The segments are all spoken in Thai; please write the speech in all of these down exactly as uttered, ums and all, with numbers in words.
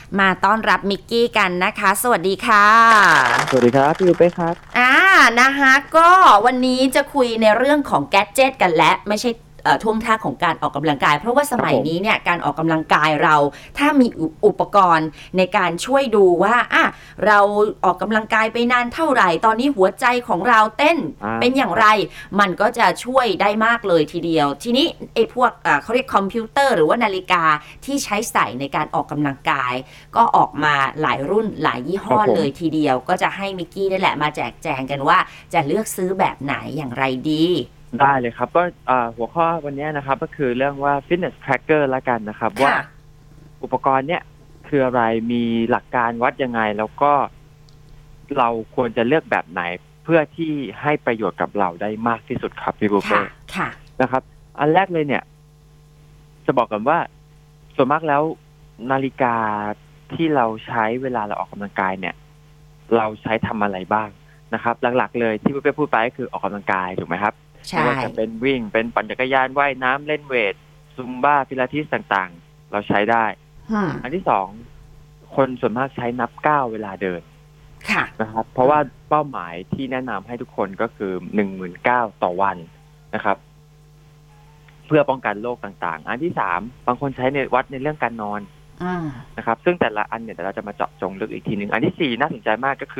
มาต้อนรับมิกกี้กันนะคะสวัสดีค่ะสวัสดีครับพี่ลูเป้ครับอ่านะคะก็วันนี้จะคุยในเรื่องของแกดเจ็ตกันและไม่ใช่ท่วงท่าของการออกกำลังกายเพราะว่าสมัยนี้เนี่ยการออกกำลังกายเราถ้ามีอุปกรณ์ในการช่วยดูว่าอ่ะเราออกกำลังกายไปนานเท่าไหร่ตอนนี้หัวใจของเราเต้นเป็นอย่างไรมันก็จะช่วยได้มากเลยทีเดียวทีนี้ไอ้พวกอ่าเขาเรียกคอมพิวเตอร์หรือว่านาฬิกาที่ใช้ใส่ในการออกกำลังกายก็ออกมาหลายรุ่นหลายยี่ห้อเลยทีเดียวก็จะให้มิกกี้นี่แหละมาแจกแจงกันว่าจะเลือกซื้อแบบไหนอย่างไรดีได้เลยครับก็หัวข้อวันนี้นะครับก็คือเรื่องว่า fitness tracker ละกันนะครับว่าอุปกรณ์เนี้ยคืออะไรมีหลักการวัดยังไงแล้วก็เราควรจะเลือกแบบไหนเพื่อที่ให้ประโยชน์กับเราได้มากที่สุดครับพี่บุ๊คนะครับอันแรกเลยเนี่ยจะบอกกันว่าส่วนมากแล้วนาฬิกาที่เราใช้เวลาเราออกกำลังกายเนี่ยเราใช้ทำอะไรบ้างนะครับหลักๆเลยที่พี่เป้พูดไปก็คือออกกำลังกายถูกไหมครับไม่ว่าจะเป็นวิ่งเป็นปั่นจักรยานว่ายน้ำเล่นเวทซุมบ้าพิลาทิสต่างๆเราใช้ได้อันที่สองคนส่วนมากใช้นับก้าวเวลาเดินนะครับเพราะว่าเป้าหมายที่แนะนำให้ทุกคนก็คือหนึ่งหมื่นเก้าต่อวันนะครับเพื่อป้องกันโรคต่างๆอันที่สามบางคนใช้ในวัดในเรื่องการนอนนะครับซึ่งแต่ละอันเนี่ยเราจะมาเจาะจงลึกอีกทีนึงอันที่สี่น่าสนใจมากก็คือ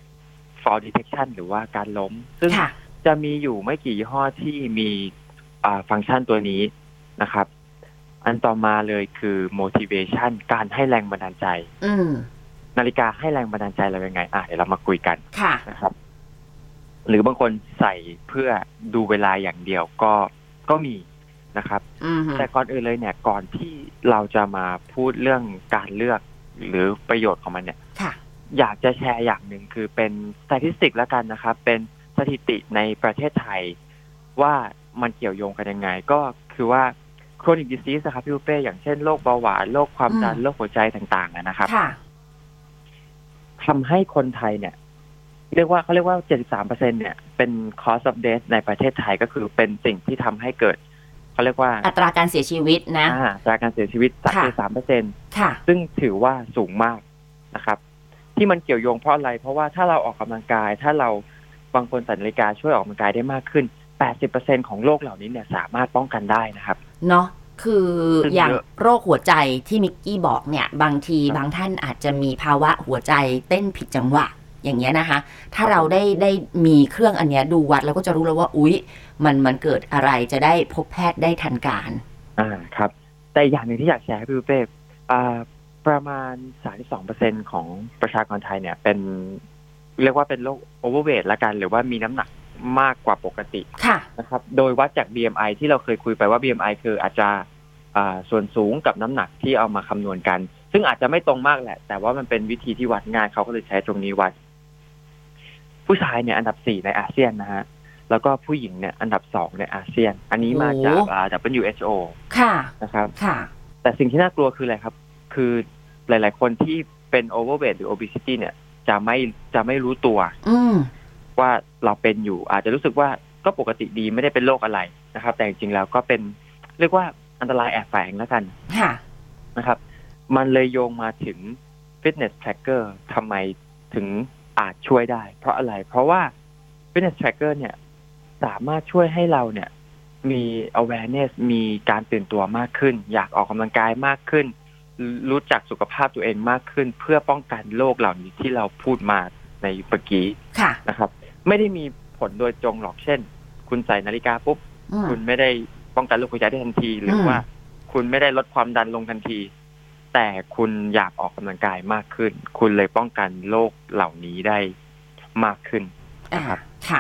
fall detection หรือว่าการล้มซึ่งจะมีอยู่ไม่กี่ยี่ห้อที่มีฟังก์ชันตัวนี้นะครับอันต่อมาเลยคือ motivation การให้แรงบันดาลใจนาฬิกาให้แรงบันดาลใจเรายังไงอ่ะเดี๋ยวเรามาคุยกันนะครับหรือบางคนใส่เพื่อดูเวลาอย่างเดียวก็ก็มีนะครับแต่ก่อนอื่นเลยเนี่ยก่อนที่เราจะมาพูดเรื่องการเลือกหรือประโยชน์ของมันเนี่ยอยากจะแชร์อย่างหนึ่งคือเป็นสถิติแล้วกันนะครับเป็นสถิติในประเทศไทยว่ามันเกี่ยวโยงกันยังไงก็คือว่า chronic disease นะครับพี่ลูเป้อย่างเช่นโรคเบาหวานโรคความดันโรคหัวใจต่างๆนะครับทำให้คนไทยเนี่ยเรียกว่าเขาเรียกว่า เจ็ดสิบสามเปอร์เซ็นต์ เนี่ยเป็น cause of death ในประเทศไทยก็คือเป็นสิ่งที่ทำให้เกิดเขาเรียกว่าอัตราการเสียชีวิตนะอัตราการเสียชีวิต สามสิบสามเปอร์เซ็นต์ ซึ่งถือว่าสูงมากนะครับที่มันเกี่ยวโยงเพราะอะไรเพราะว่าถ้าเราออกกำลังกายถ้าเราบางคนใส่นาฬิกาช่วยออกกำลังกายได้มากขึ้น แปดสิบเปอร์เซ็นต์ ของโรคเหล่านี้เนี่ยสามารถป้องกันได้นะครับเนาะคืออย่างโรคหัวใจที่มิกกี้บอกเนี่ยบางทีบางท่านอาจจะมีภาวะหัวใจเต้นผิดจังหวะอย่างเงี้ยนะคะถ้าเราได้ได้มีเครื่องอันเนี้ยดูวัดเราก็จะรู้แล้วว่าอุ๊ยมันมันเกิดอะไรจะได้พบแพทย์ได้ทันการอ่าครับแต่อย่างหนึ่งที่อยากแชร์ให้พี่เป้อ่าประมาณ สามสิบสองเปอร์เซ็นต์ ของประชากรไทยเนี่ยเป็นเรียกว่าเป็นโรคโอเวอร์เวทละกันหรือว่ามีน้ำหนักมากกว่าปกตินะครับโดยวัดจาก บี เอ็ม ไอ ที่เราเคยคุยไปว่า บี เอ็ม ไอ คืออาจจะส่วนสูงกับน้ำหนักที่เอามาคำนวณกันซึ่งอาจจะไม่ตรงมากแหละแต่ว่ามันเป็นวิธีที่วัดง่ายเขาก็เลยใช้ตรงนี้วัดผู้ชายเนี่ยอันดับสี่ในอาเซียนนะฮะแล้วก็ผู้หญิงเนี่ยอันดับสองในอาเซียนอันนี้มาจาก ดับเบิลยู เอช โอค่ะนะครับค่ะแต่สิ่งที่น่ากลัวคืออะไรครับคือหลายๆคนที่เป็น overweight หรือ obesity เนี่ยจะไม่จะไม่รู้ตัวว่าเราเป็นอยู่อาจจะรู้สึกว่าก็ปกติดีไม่ได้เป็นโรคอะไรนะครับแต่จริงๆแล้วก็เป็นเรียกว่าอันตรายแอบแฝงแล้วกันนะครับมันเลยโยงมาถึง fitness tracker ทำไมถึงอาจช่วยได้เพราะอะไรเพราะว่า fitness tracker เนี่ยสามารถช่วยให้เราเนี่ยมี awareness มีการตื่นตัวมากขึ้นอยากออกกำลังกายมากขึ้นรู้จักสุขภาพตัวเองมากขึ้นเพื่อป้องกันโรคเหล่านี้ที่เราพูดมาในเมื่อกี้นะครับไม่ได้มีผลโดยตรงหรอกเช่นคุณใส่นาฬิกาปุ๊บคุณไม่ได้ป้องกันโรคหัวใจได้ทันทีหรือว่าคุณไม่ได้ลดความดันลงทันทีแต่คุณอยากออกกำลังกายมากขึ้นคุณเลยป้องกันโรคเหล่านี้ได้มากขึ้นนะครับ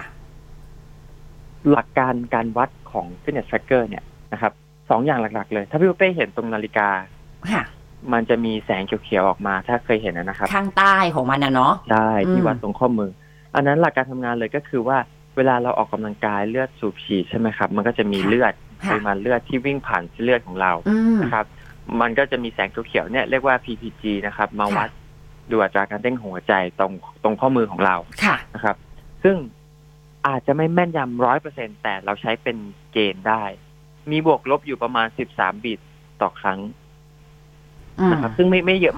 หลักการการวัดของ Fitness Tracker เนี่ยนะครับสองอย่างหลักๆเลยถ้าพี่เป้เห็นตรงนาฬิกามันจะมีแสงเขียวๆออกมาถ้าเคยเห็นนะครับข้างใต้ของมันนะเนาะใช่ที่วัดตรงข้อมืออันนั้นหลักการทำงานเลยก็คือว่าเวลาเราออกกำลังกายเลือดสูบฉีดใช่ไหมครับมันก็จะมีเลือดปริมาณเลือดที่วิ่งผ่านเลือดของเรานะครับมันก็จะมีแสงเขียวๆเนี่ยเรียกว่า พี พี จี นะครับมาวัดดูอัตราการเต้นของหัวใจตรงตรงข้อมือของเรานะครับซึ่งอาจจะไม่แม่นยำร้อยเปอร์เซ็นต์แต่เราใช้เป็นเกณฑ์ได้มีบวกลบอยู่ประมาณสิบสามบีทต่อครั้งนะครับซึ่งไม่ไม่เยอะมาก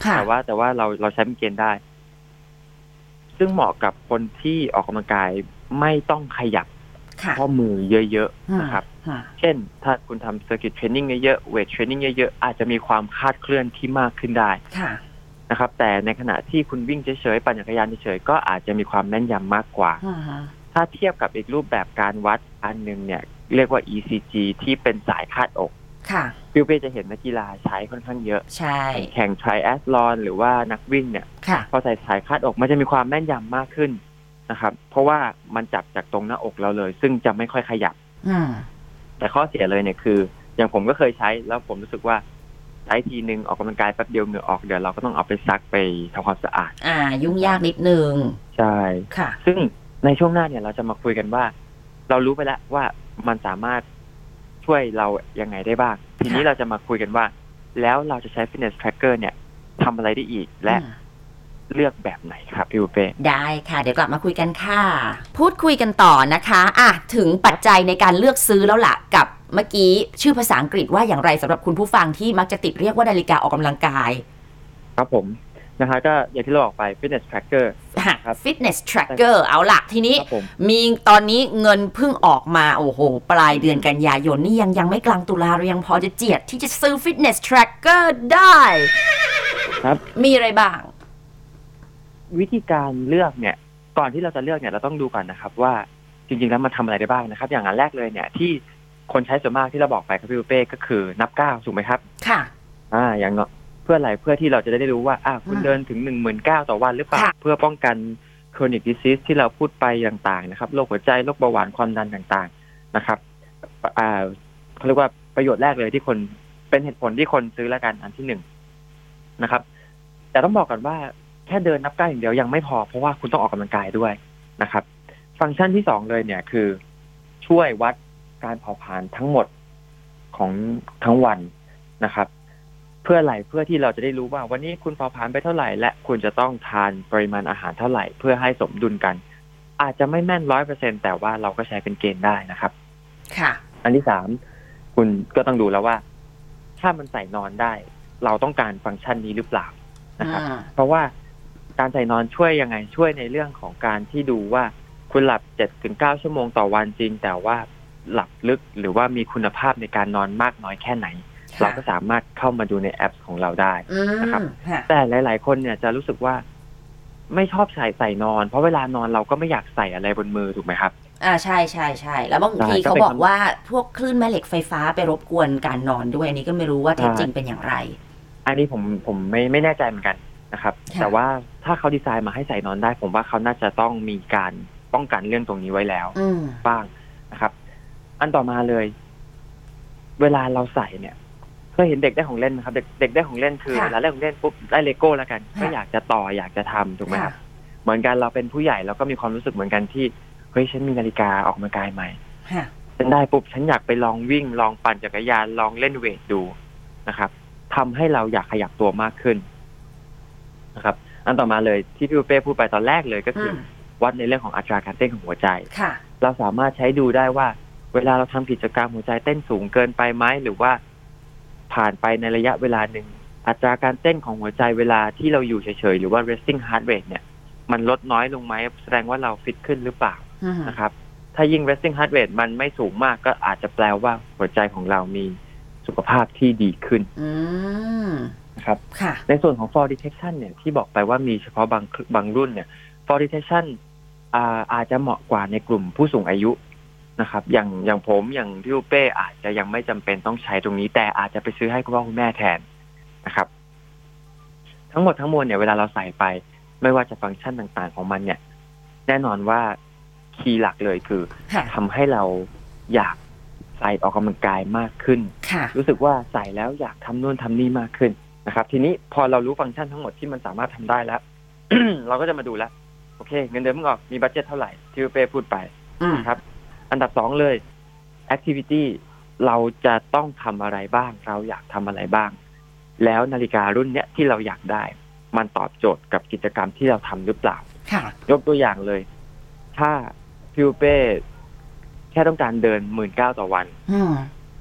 แต่ว่าแต่ว่าเราเราใช้เป็นเกณฑ์ได้ซึ่งเหมาะกับคนที่ออกกำลังกายไม่ต้องขยับข้อมือเยอะๆนะครับเช่นถ้าคุณทำ circuit training เยอะๆ weight training เยอะๆอาจจะมีความคลาดเคลื่อนที่มากขึ้นได้นะครับแต่ในขณะที่คุณวิ่งเฉยๆปั่นจักรยานเฉยๆก็อาจจะมีความแม่นยำมากกว่าถ้าเทียบกับอีกรูปแบบการวัดอันนึงเนี่ยเรียกว่า อี ซี จี ที่เป็นสายคาดอกฟิวเป้จะเห็นนักกีฬาใช้ค่อนข้างเยอะใช่แข่งไทรแอธลอนหรือว่านักวิ่งเนี่ยพอใส่สายคาดอกมันจะมีความแม่นยำมากขึ้นนะครับเพราะว่ามันจับจากตรงหน้าอกเราเลยซึ่งจะไม่ค่อยขยับแต่ข้อเสียเลยเนี่ยคืออย่างผมก็เคยใช้แล้วผมรู้สึกว่าใช้ทีนึงออกกำลังกายแป๊บเดียวเหงื่อออกเดี๋ยวเราก็ต้องเอาไปซักไปทำความสะอาดอ่ายุ่งยากนิดนึงใช่ค่ะซึ่งในช่วงหน้าเนี่ยเราจะมาคุยกันว่าเรารู้ไปแล้วว่ามันสามารถช่วยเรายังไงได้บ้างทีนี้เราจะมาคุยกันว่าแล้วเราจะใช้ fitness tracker เนี่ยทำอะไรได้อีกและเลือกแบบไหนครับพี่อุเป้ได้ค่ะเดี๋ยวกลับมาคุยกันค่ะพูดคุยกันต่อนะคะอ่ะถึงปัจจัยในการเลือกซื้อแล้วล่ะกับเมื่อกี้ชื่อภาษาอังกฤษว่าอย่างไรสำหรับคุณผู้ฟังที่มักจะติดเรียกว่านาฬิกาออกกำลังกายครับผมนะคะก็อย่างที่เราบอกไป fitness tracker ครับ fitness tracker เอาล่ะทีนี้มีตอนนี้เงินเพิ่งออกมาโอ้โหปลายเดือนกันยายนนี่ยังยังไม่กลางตุลาเรายังพอจะเจียดที่จะซื้อ fitness tracker ได้ครับมีอะไรบ้างวิธีการเลือกเนี่ยก่อนที่เราจะเลือกเนี่ยเราต้องดูก่อนนะครับว่าจริงๆแล้วมันทำอะไรได้บ้างนะครับอย่างอันแรกเลยเนี่ยที่คนใช้ส่วนมากที่เราบอกไปครับพี่เป้ก็คือนับก้าวถูกไหมครับค่ะอ่าอย่างเพื่ออะไรเพื่อที่เราจะได้รู้ว่าอ่าคุณเดินถึง หนึ่งหมื่นเก้าพัน ต่อวันหรือเปล่าเพื่อป้องกัน chronic disease ที่เราพูดไปต่างๆนะครับโรคหัวใจโรคเบาหวานความดันต่างๆนะครับอ่าเขาเรียกว่าประโยชน์แรกเลยที่คนเป็นเหตุผลที่คนซื้อละกันอันที่หนึ่งนะครับแต่ต้องบอกก่อนว่าแค่เดินนับก้าวอย่างเดียวยังไม่พอเพราะว่าคุณต้องออกกำลังกายด้วยนะครับฟังก์ชันที่สองเลยเนี่ยคือช่วยวัดการเผาผลาญทั้งหมดของทั้งวันนะครับเพื่ออะไรเพื่อที่เราจะได้รู้ว่าวันนี้คุณเผาผลาญไปเท่าไหร่และคุณจะต้องทานปริมาณอาหารเท่าไหร่เพื่อให้สมดุลกันอาจจะไม่แม่น ร้อยเปอร์เซ็นต์ แต่ว่าเราก็ใช้เป็นเกณฑ์ได้นะครับค่ะอันที่สามคุณก็ต้องดูแล้วว่าถ้ามันใส่นอนได้เราต้องการฟังก์ชันนี้หรือเปล่านะครับเพราะว่าการใส่นอนช่วยยังไงช่วยในเรื่องของการที่ดูว่าคุณหลับ เจ็ดถึงเก้า ชั่วโมงต่อวันจริงแต่ว่าหลับลึกหรือว่ามีคุณภาพในการนอนมากน้อยแค่ไหนเราก็สามารถเข้ามาดูในแอปของเราได้นะครับแต่หลายๆคนเนี่ยจะรู้สึกว่าไม่ชอบใส่ใส่นอนเพราะเวลานอนเราก็ไม่อยากใส่อะไรบนมือถูกไหมครับอ่าใช่ใช่ใช่แล้วบางทีเขาบอกว่าพวกคลื่นแม่เหล็กไฟฟ้าไปรบกวนการนอนด้วยอันนี้ก็ไม่รู้ว่าแท้จริงเป็นอย่างไรอันนี้ผมผมไม่ไม่แน่ใจเหมือนกันนะครับแต่ว่าถ้าเขาดีไซน์มาให้ใส่นอนได้ผมว่าเขาน่าจะต้องมีการป้องกันเรื่องตรงนี้ไว้แล้วบ้างนะครับอันต่อมาเลยเวลาเราใส่เนี่ยเคยเห็นเด็กได้ของเล่นนะครับเด็กเด็กได้ของเล่นคือเวลาเล่นของเล่นปุ๊บได้เลโก้แล้วกันก็อยากจะต่ออยากจะทำถูกไหมครับเหมือนกันเราเป็นผู้ใหญ่เราก็มีความรู้สึกเหมือนกันที่เฮ้ยฉันมีนาฬิกาออกกำลังกายใหม่ฉันได้ปุ๊บฉันอยากไปลองวิ่งลองปั่นจักรยานลองเล่นเวทดูนะครับทำให้เราอยากขยับตัวมากขึ้นนะครับอันต่อมาเลยที่พี่เป้พูดไปตอนแรกเลยก็คือวัดในเรื่องของอัตราการเต้นของหัวใจเราสามารถใช้ดูได้ว่าเวลาเราทำกิจกรรมหัวใจเต้นสูงเกินไปไหมหรือว่าผ่านไปในระยะเวลาหนึ่งอัตราการเต้นของหัวใจเวลาที่เราอยู่เฉยๆหรือว่า resting heart rate เนี่ยมันลดน้อยลงไหมแสดงว่าเราฟิตขึ้นหรือเปล่านะครับถ้ายิ่ง resting heart rate มันไม่สูงมากก็อาจจะแปลว่าหัวใจของเรามีสุขภาพที่ดีขึ้นนะครับในส่วนของ fall detection เนี่ยที่บอกไปว่ามีเฉพาะบางบางรุ่นเนี่ย fall detection อาอาจจะเหมาะกว่าในกลุ่มผู้สูงอายุนะครับอย่างอย่างผมอย่างพี่อุเป้อาจจะยังไม่จำเป็นต้องใช้ตรงนี้แต่อาจจะไปซื้อให้คุณพ่อคุณแม่แทนนะครับทั้งหมดทั้งมวลเนี่ยเวลาเราใส่ไปไม่ว่าจะฟังก์ชันต่างๆของมันเนี่ยแน่นอนว่าคีย์หลักเลยคือทำให้เราอยากใส่ออกกำลังกายมากขึ้นรู้สึกว่าใส่แล้วอยากทำนู่นทำนี่มากขึ้นนะครับทีนี้พอเรารู้ฟังก์ชันทั้งหมดที่มันสามารถทำได้แล้ว เราก็จะมาดูแล้วโอเคเงินเดือนมึงออกมีบัดเจ็ตเท่าไหร่ที่เป้พูดไปนะครับอันดับสองเลย activity เราจะต้องทำอะไรบ้างเราอยากทำอะไรบ้างแล้วนาฬิการุ่นเนี้ยที่เราอยากได้มันตอบโจทย์กับกิจกรรมที่เราทำหรือเปล่ายกตัวอย่างเลยถ้าพี่เป้แค่ต้องการเดินหมื่นเก้าต่อวัน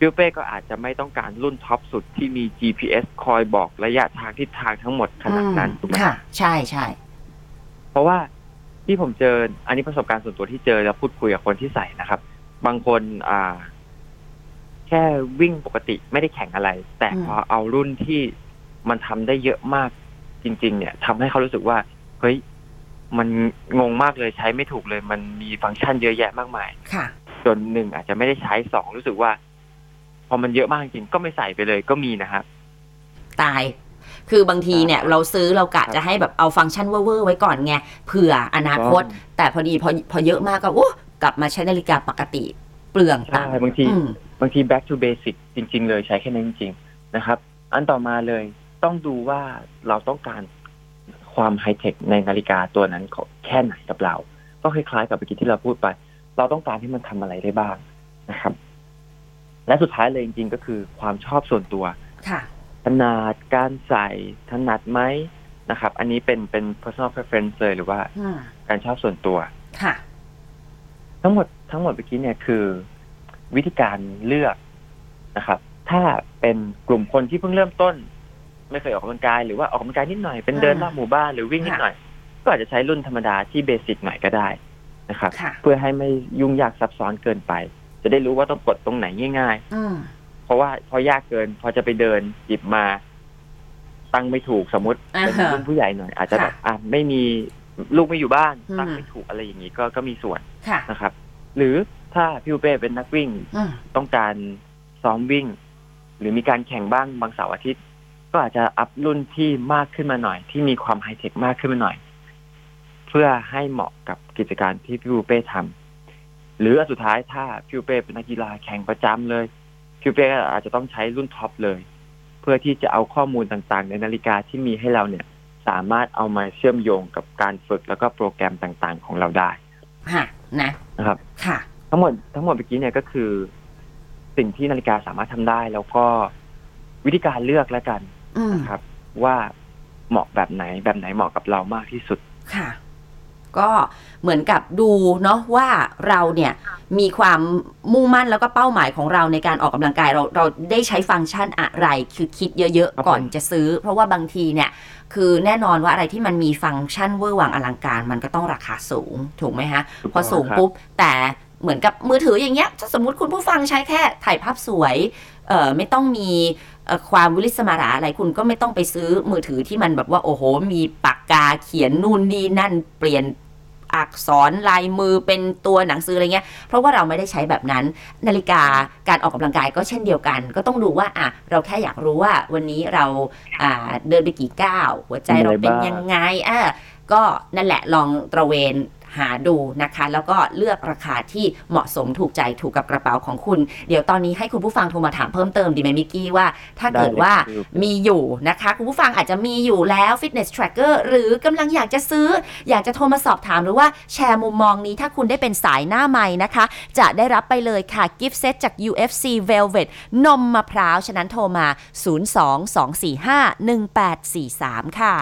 พี่เป้ก็อาจจะไม่ต้องการรุ่นท็อปสุดที่มี จี พี เอส คอยบอกระยะทางทิศทางทั้งหมดขนาดนั้นถูกไหมค่ะใช่ใช่เพราะว่าที่ผมเจออันนี้ประสบการณ์ส่วนตัวที่เจอแล้วพูดคุยกับคนที่ใส่นะครับบางคนอ่าแค่วิ่งปกติไม่ได้แข่งอะไรแต่พอเอารุ่นที่มันทำได้เยอะมากจริงๆเนี่ยทำให้เขารู้สึกว่าเฮ้ยมันงงมากเลยใช้ไม่ถูกเลยมันมีฟังก์ชันเยอะแยะมากมายค่ะจนหนึ่งอาจจะไม่ได้ใช้สองรู้สึกว่าพอมันเยอะมากจริงก็ไม่ใส่ไปเลยก็มีนะครับตายคือบางทีเนี่ยเราซื้อเรากะจะให้แบบเอาฟังก์ชันเวอร์ๆไว้ก่อนไงเผื่ออนาคตแต่พอดีพอพอเยอะมากก็โอ้กลับมาใช้นาฬิกาปกติเปลืองตังค์บางทีบางที back to basic จริงๆเลยใช้แค่นั้นจริงๆนะครับอันต่อมาเลยต้องดูว่าเราต้องการความไฮเทคในนาฬิกาตัวนั้นแค่ไหนกับเราก็คล้ายๆกับเมื่อกี้ที่เราพูดไปเราต้องการให้มันทำอะไรได้บ้างนะครับและสุดท้ายเลยจริงๆก็คือความชอบส่วนตัวขนาดการใส่ถนัดไหมนะครับอันนี้เป็นเป็น personal preference เลยหรือว่าการชอบส่วนตัวทั้งหมดทั้งหมดเมื่อกี้เนี่ยคือวิธีการเลือกนะครับถ้าเป็นกลุ่มคนที่เพิ่งเริ่มต้นไม่เคยออกกำลังกายหรือว่าออกกำลังกายนิดหน่อยเป็นเดินรอบหมู่บ้านหรือวิ่งนิดหน่อยก็อาจจะใช้รุ่นธรรมดาที่เบสิกหน่อยก็ได้นะครับเพื่อให้ไม่ยุ่งยากซับซ้อนเกินไปจะได้รู้ว่าต้องกดตรงไหนง่ายๆเพราะว่าพอยากเกินพอจะไปเดินหยิบมาตั้งไม่ถูกสมมติเป็นรุ่นผู้ใหญ่หน่อยอาจจะแบบอ่ะไม่มีลูกไม่อยู่บ้านตั้งไม่ถูกอะไรอย่างนี้ก็ก็มีส่วนนะครับหรือถ้าพี่เป้เป็นนักวิ่งต้องการซ้อมวิ่งหรือมีการแข่งบ้างบางเสาร์อาทิตย์ก็อาจจะอัพรุ่นที่มากขึ้นมาหน่อยที่มีความไฮเทคมากขึ้นมาหน่อยเพื่อให้เหมาะกับกิจการที่พี่เป้ทำหรืออันสุดท้ายถ้าพี่เป้เป็นนักกีฬาแข่งประจำเลยพี่เป้อาจจะต้องใช้รุ่นท็อปเลยเพื่อที่จะเอาข้อมูลต่างๆในนาฬิกาที่มีให้เราเนี่ยสามารถเอามาเชื่อมโยงกับการฝึกแล้วก็โปรแกรมต่างๆของเราได้ค่ะนะนะครับค่ะทั้งหมดทั้งหมดเมื่อกี้เนี่ยก็คือสิ่งที่นาฬิกาสามารถทำได้แล้วก็วิธีการเลือกแล้วกันนะครับว่าเหมาะแบบไหนแบบไหนเหมาะกับเรามากที่สุดค่ะก็เหมือนกับดูเนาะว่าเราเนี่ยมีความมุ่งมั่นแล้วก็เป้าหมายของเราในการออกกำลังกายเราเราได้ใช้ฟังก์ชันอะไรคือคิดเยอะๆก่อนจะซื้อเพราะว่าบางทีเนี่ยคือแน่นอนว่าอะไรที่มันมีฟังก์ชันเวอร์วังอลังการมันก็ต้องราคาสูงถูกไหมฮะพอสูงปุ๊บแต่เหมือนกับมือถืออย่างเงี้ยสมมติคุณผู้ฟังใช้แค่ถ่ายภาพสวยเอ่อไม่ต้องมีความวิริสมาระอะไรคุณก็ไม่ต้องไปซื้อมือถือที่มันแบบว่าโอ้โหมีปากกาเขียนนู่นนี่นั่นเปลี่ยนอักษรลายมือเป็นตัวหนังสืออะไรเงี้ยเพราะว่าเราไม่ได้ใช้แบบนั้นนาฬิกาการออกกำลังกายก็เช่นเดียวกันก็ต้องดูว่าอ่ะเราแค่อยากรู้ว่าวันนี้เราอ่าเดินไปกี่ก้าวหัวใจเราเป็นยังไงอ่ะก็นั่นแหละลองตระเวนหาดูนะคะแล้วก็เลือกราคาที่เหมาะสมถูกใจถูกกับกระเป๋าของคุณเดี๋ยวตอนนี้ให้คุณผู้ฟังโทรมาถามเพิ่มเติมดีไหมมิกกี้ว่าถ้าเกิดว่ามีอยู่นะคะคุณผู้ฟังอาจจะมีอยู่แล้ว Fitness Tracker หรือกำลังอยากจะซื้ออยากจะโทรมาสอบถามหรือว่าแชร์มุมมองนี้ถ้าคุณได้เป็นสายหน้าใหม่นะคะจะได้รับไปเลยค่ะ Gift Set จาก ยู เอฟ ซี Velvet นมมะพร้าวฉะนั้นโทรมาศูนย์ สอง สอง สี่ ห้า หนึ่ง แปด สี่ สามค่ะ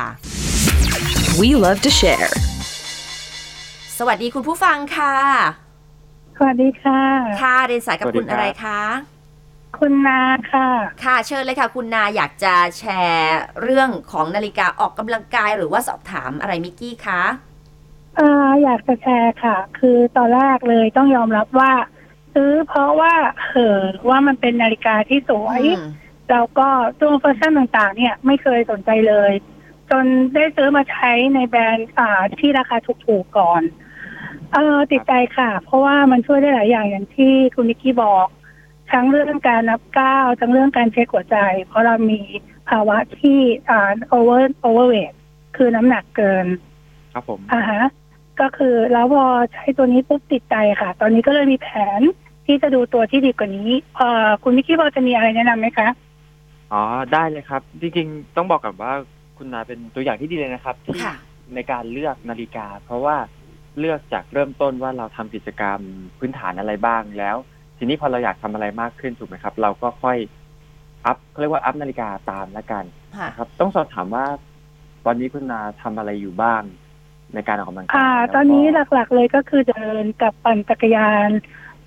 We love to share สวัสดีคุณผู้ฟังค่ะสวัสดีค่ะค่ะเรียนสายกับคุณอะไรคะคุณนาค่ะค่ะเชิญเลยค่ะคุณนาอยากจะแชร์เรื่องของนาฬิกาออกกำลังกายหรือว่าสอบถามอะไรมิกกี้คะเอ่ออยากจะแชร์ค่ะคือตอนแรกเลยต้องยอมรับว่าซื้อเพราะว่าเห่อว่ามันเป็นนาฬิกาที่สวยแล้วก็ตัวฟังก์ชันต่างๆเนี่ยไม่เคยสนใจเลยจนได้ซื้อมาใช้ในแบรนด์อ่าที่ราคาถูกๆก่อนเออติดใจค่ะเพราะว่ามันช่วยได้หลายอย่างอย่างที่คุณนิกกี้บอกทั้งเรื่องการนับก้าวทั้งเรื่องการเช็คหัวใจเพราะเรามีภาวะที่อ่า over overweight คือน้ำหนักเกินครับผมอ่าฮะก็คือแล้วพอใช้ตัวนี้ปุ๊บติดใจค่ะตอนนี้ก็เลยมีแผนที่จะดูตัวที่ดีกว่านี้เอ่อคุณนิกกี้พอจะมีอะไรแนะนำไหมคะอ๋อได้เลยครับจริงๆต้องบอกก่อนว่าคุณนาเป็นตัวอย่างที่ดีเลยนะครับที่ในการเลือกนาฬิกาเพราะว่าเลือกจากเริ่มต้นว่าเราทำกิจกรรมพื้นฐานอะไรบ้างแล้วทีนี้พอเราอยากทำอะไรมากขึ้นถูกไหมครับเราก็ค่อยอัพเขาเรียกว่าอัพนาฬิกาตามละกันครับต้องสอบถามว่าตอนนี้คุณนาทำอะไรอยู่บ้างในการออกกำลังกายอ่าตอนนี้หลักๆเลยก็คือเดินกับปั่นจักรยาน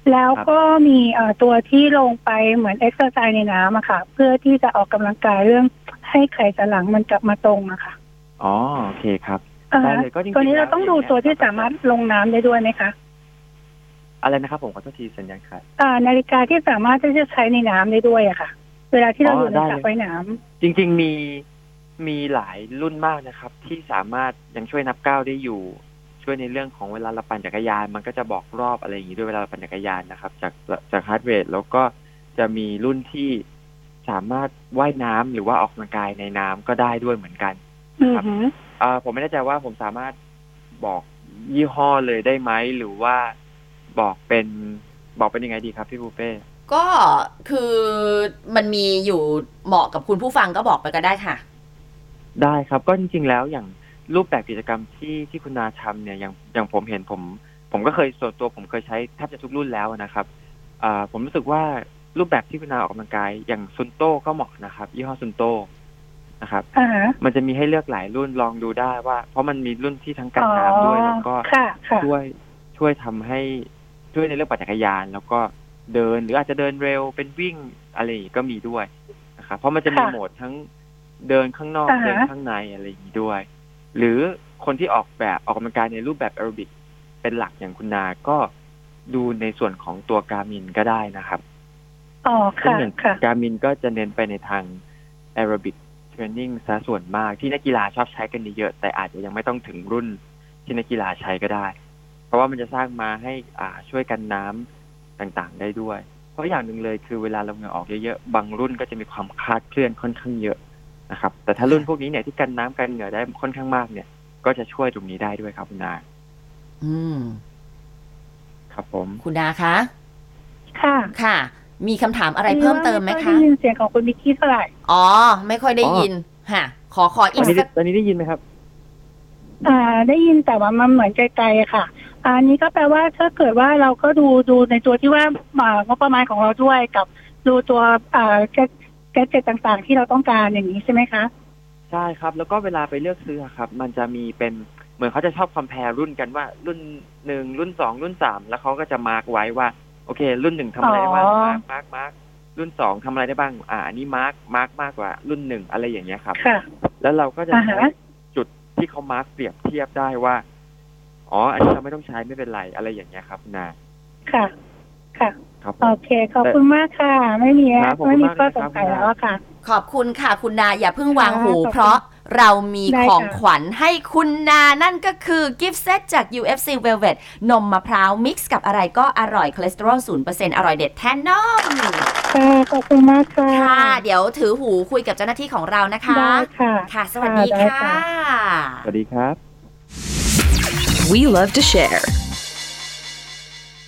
แล้วก็มีเอ่อตัวที่ลงไปเหมือนเอ็กซ์เซอร์ไซส์ในน้ำอะค่ะเพื่อที่จะออกกำลังกายเรื่องให้ไขสันหลังมันกลับมาตรงอะค่ะอ๋อโอเคครับอ่าได้ฮะเลยก็จริงๆตัวนี้เราต้องดูแล้วตัวที่เนี่ยสามารถลงน้ำได้ด้วยไหมคะอะไรนะครับผมขอโทษทีสัญญาณขาดอ่านาฬิกาที่สามารถที่จะใช้ในน้ำได้ด้วยอะค่ะ เวลาที่เราอยู่ในสระว่ายน้ำจริงๆมีมีหลายรุ่นมากนะครับ ที่สามารถยังช่วยนับก้าวได้อยู่ ช่วยในเรื่องของเวลาเราปั่นจักรยานมันก็จะบอกรอบอะไรอย่างนี้ด้วยเวลาเราปั่นจักรยานนะครับ จากจากฮาร์ทเรทแล้วก็จะมีรุ่นที่สามารถว่ายน้ำหรือว่าออกกำลังกายในน้ำก็ได้ด้วยเหมือนกันอือครับหืออ่าผมไม่แน่ใจว่าผมสามารถบอกยี่ห้อเลยได้ไหมหรือว่าบอกเป็นบอกเป็นยังไงดีครับพี่ปูเป้ก็คือมันมีอยู่เหมาะกับคุณผู้ฟังก็บอกไปก็ได้ค่ะได้ครับก็จริงๆแล้วอย่างรูปแบบกิจกรรมที่ที่คุณนาทำเนี่ยอย่างอย่างผมเห็นผม ผมก็เคยส่วนตัวผมเคยใช้แทบจะทุกรุ่นแล้วนะครับอ่าผมรู้สึกว่ารูปแบบที่คุณนาออกกำลังกายอย่างซุนโต้ก็เหมาะนะครับยี่ห้อซุนโต้นะครับอ่าฮะมันจะมีให้เลือกหลายรุ่นลองดูได้ว่า เพราะมันมีรุ่นที่ทั้งกันน้ำด้วยแล้วก็ค่ะค่ะช่วยช่วยทำให้ช่วยในเรื่องปั่นจักรยานแล้วก็เดินหรืออาจจะเดินเร็วเป็นวิ่งอะไรอย่างงี้ก็มีด้วยนะครับเพราะมันจะมีโหมดทั้งเดินข้างนอกเดินข้างในอะไรอย่างนี้ด้วยหรือคนที่ออกแบบออกกำลังกายในรูปแบบแอโรบิกเป็นหลักอย่างคุณนาก็ดูในส่วนของตัวการ์มินก็ได้นะครับอ๋อค่ะค่ะการ์มินก็จะเน้นไปในทางแอโรบิกเทรนนิ่งซะส่วนมากที่นักกีฬาชอบใช้กันเยอะแต่อาจจะยังไม่ต้องถึงรุ่นที่นักกีฬาใช้ก็ได้เพราะว่ามันจะสร้างมาให้อ่าช่วยกันน้ำต่างๆได้ด้วยเพราะอย่างหนึ่งเลยคือเวลาเราเหงื่อออกเยอะๆบางรุ่นก็จะมีความคลาดเคลื่อนค่อนข้างเยอะนะครับแต่ถ้ารุ่นพวกนี้เนี่ยที่กันน้ำกันเหงื่อได้ค่อนข้างมากเนี่ยก็จะช่วยตรงนี้ได้ด้วยครับคุณนาอืมครับผมคุณนาคะค่ะค่ะ มีคำถามอะไรเพิ่มเติมไหมไม่คะได้ยินเสียงของคุณมิกกี้เท่าไหร่อ๋อ ไม่ค่อยได้ยินค่ะขอขอตอีอนกนี้สักตอนนี้ได้ยินไหมครับอ่า ได้ยินแต่ว่ามันเหมือนไกลๆค่ะ อันนี้ก็แปลว่าถ้าเกิดว่าเราก็ดูดูในตัวที่ว่าอ่างบประมาณของเราด้วยกับดูตัวอ่าแกแกเจ็ตต่างๆ ที่เราต้องการอย่างนี้ใช่ไหมคะใช่ครับแล้วก็เวลาไปเลือกซื้อครับมันจะมีเป็นเหมือนเขาจะชอบคอมเพลรุ่นกันว่ารุ่นหนึ่งรุ่นสองรุ่นสามแล้วเขาก็จะมาร์กไว้ว่าโอเค รุ่นหนึ่งทำอะไรได้บ้างมาร์กมาร์กมาร์กรุ่นสองทำอะไรได้บ้างอ่าอันนี้มาร์กมาร์กมากกว่ารุ่นหนึ่งอะไรอย่างเงี้ยครับค่ะแล้วเราก็จะอ่าใช้ฮะจุดที่เขามาร์กเปรียบเทียบได้ว่าอ๋ออันนี้เราไม่ต้องใช้ไม่เป็นไรอะไรอย่างเงี้ยครับนาค่ะ ค่ะครับผมโอเค ขอบคุณมากค่ะ ไม่มีครับขอบคุณไม่มีมากข้อเลยสครังบสัยแล้วอะค่ะขอบคุณค่ะคุณนาอย่าเพิ่งวางหูค่ะเพราะเรามีได้ของค่ะขวัญให้คุณนานั่นก็คือกิฟต์เซตจาก ยู เอฟ ซี Velvet นมมะพร้าวมิกซ์กับอะไรก็อร่อยคอเลสเตอรอล ศูนย์เปอร์เซ็นต์ อร่อยเด็ดแทนนมค่ะขอบคุณมากค่ะค่ะ เดี๋ยวถือหูคุยกับเจ้าหน้าที่ของเรานะคะได้ค่ะค่ะ สวัสดีได้ค่ะค่ะสวัสดีครับ We love to share.